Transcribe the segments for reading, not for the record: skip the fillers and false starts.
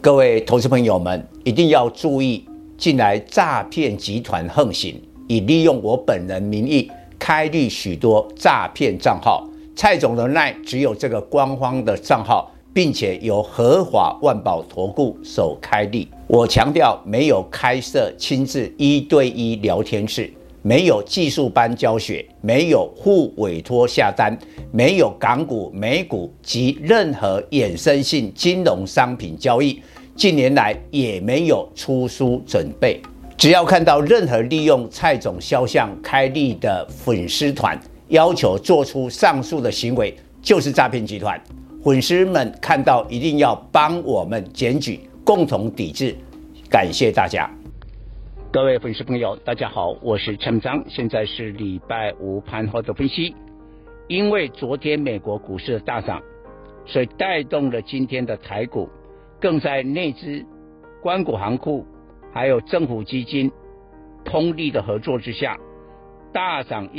各位投资朋友们一定要注意，近来诈骗集团横行，以利用我本人名义开立许多诈骗账号。蔡总的赖只有这个官方的账号，并且由合法万宝投顾所开立。我强调，没有开设亲自1对1聊天室，没有技术班教学，没有互委托下单，没有港股、美股及任何衍生性金融商品交易。近年来也没有出书准备，只要看到任何利用蔡总肖像开立的粉丝团，要求做出上述的行为，就是诈骗集团。粉丝们看到一定要帮我们检举，共同抵制。感谢大家。 各位粉丝朋友，大家好，我是陈章，现在是礼拜五盘后的分析。因为昨天美国股市的大涨，所以带动了今天的台股。更在内资、官股行库还有政府基金通力的合作之下，大涨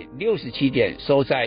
167点，收在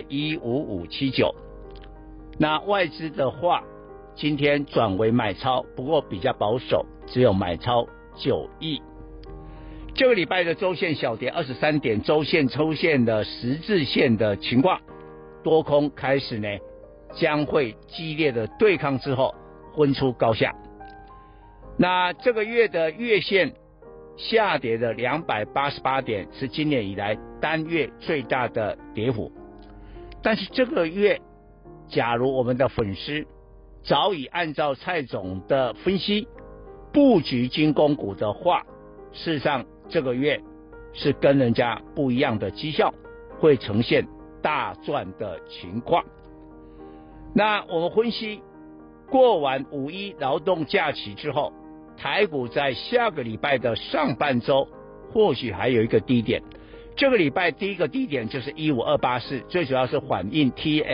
15579。那外资的话，今天转为买超，不过比较保守，只有买超9亿。这个礼拜的周线小跌23点，周线出现了十字线的情况，多空开始呢将会激烈的对抗之后分出高下。那这个月的月线下跌的288点，是今年以来单月最大的跌幅。但是这个月，假如我们的粉丝早已按照蔡总的分析布局军工股的话，事实上这个月是跟人家不一样的绩效，会呈现大赚的情况。那我们分析过完5·1劳动假期之后，台股在下个礼拜的上半周或许还有一个低点。这个礼拜第一个低点就是15284，最主要是反映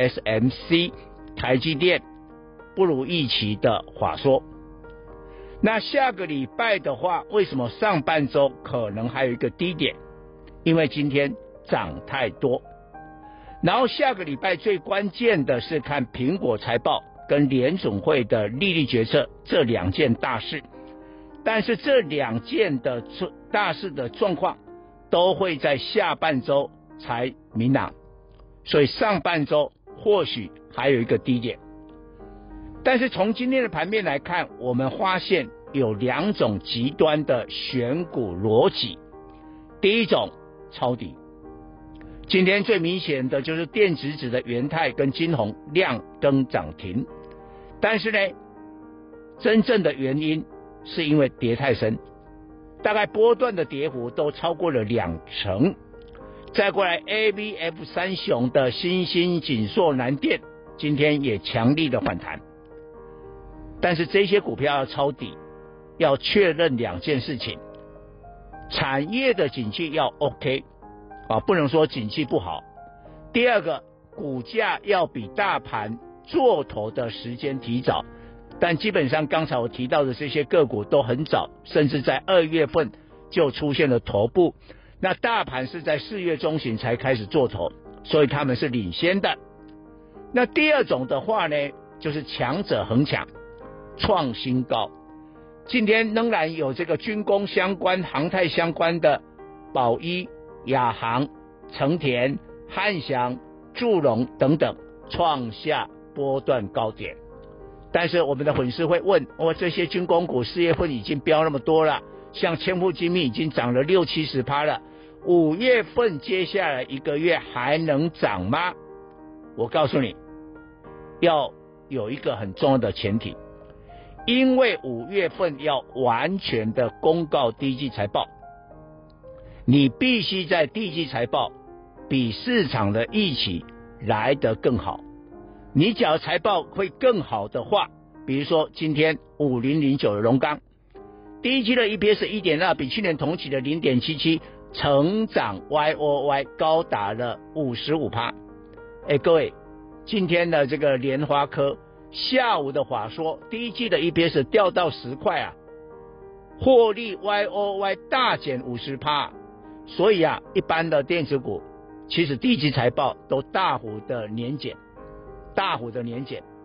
TSMC 台积电不如预期的法说。那下个礼拜的话，为什么上半周可能还有一个低点？因为今天涨太多。然后下个礼拜最关键的是看苹果财报跟联准会的利率决策这两件大事，但是这两件的大事的状况都会在下半周才明朗，所以上半周或许还有一个低点。但是从今天的盘面来看，我们发现有两种极端的选股逻辑。第一种，抄底。今天最明显的就是电子纸的元泰跟金鸿亮灯涨停，但是呢，真正的原因是因为跌太深，大概波段的跌幅都超过了20%。再过来 ABF 三雄的新兴、锦硕、南电今天也强力的反弹，但是这些股票要抄底，要确认两件事情：产业的景气要 OK。不能说景气不好。第二个，股价要比大盘做头的时间提早，但基本上刚才我提到的这些个股都很早，甚至在2月份就出现了头部，那大盘是在4月中旬才开始做头，所以他们是领先的。那第二种的话呢，就是强者恒强，创新高。今天仍然有这个军工相关、航太相关的宝一、亚航、成田、汉翔、祝融等等创下波段高点。但是我们的粉丝会问，这些军工股4月份已经飙那么多了，像千富精密已经涨了60-70%了，5月份接下来1个月还能涨吗？我告诉你，要有一个很重要的前提，因为5月份要完全的公告第一季财报，你必须在第一季财报比市场的预期来得更好。你只要财报会更好的话，比如说今天5009的荣钢，第一季的 EPS 1.2， 比去年同期的 0.77， 成长 YOY 高达了 55%。各位，今天的这个联发科下午的法说，第一季的 EPS 掉到10块啊，获利 YOY 大减 50%。所以一般的电子股其实第一季财报都大幅的年减。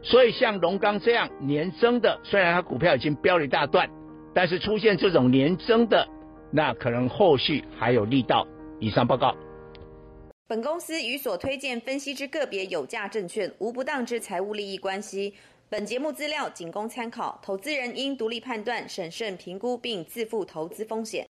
所以像龙钢这样年增的，虽然它股票已经飙了一大段，但是出现这种年增的，那可能后续还有力道。以上报告。 本公司与所推荐分析之个别有价证券无不当之财务利益关系。本节目资料仅供参考，投资人应独立判断、审慎评估并自负投资风险。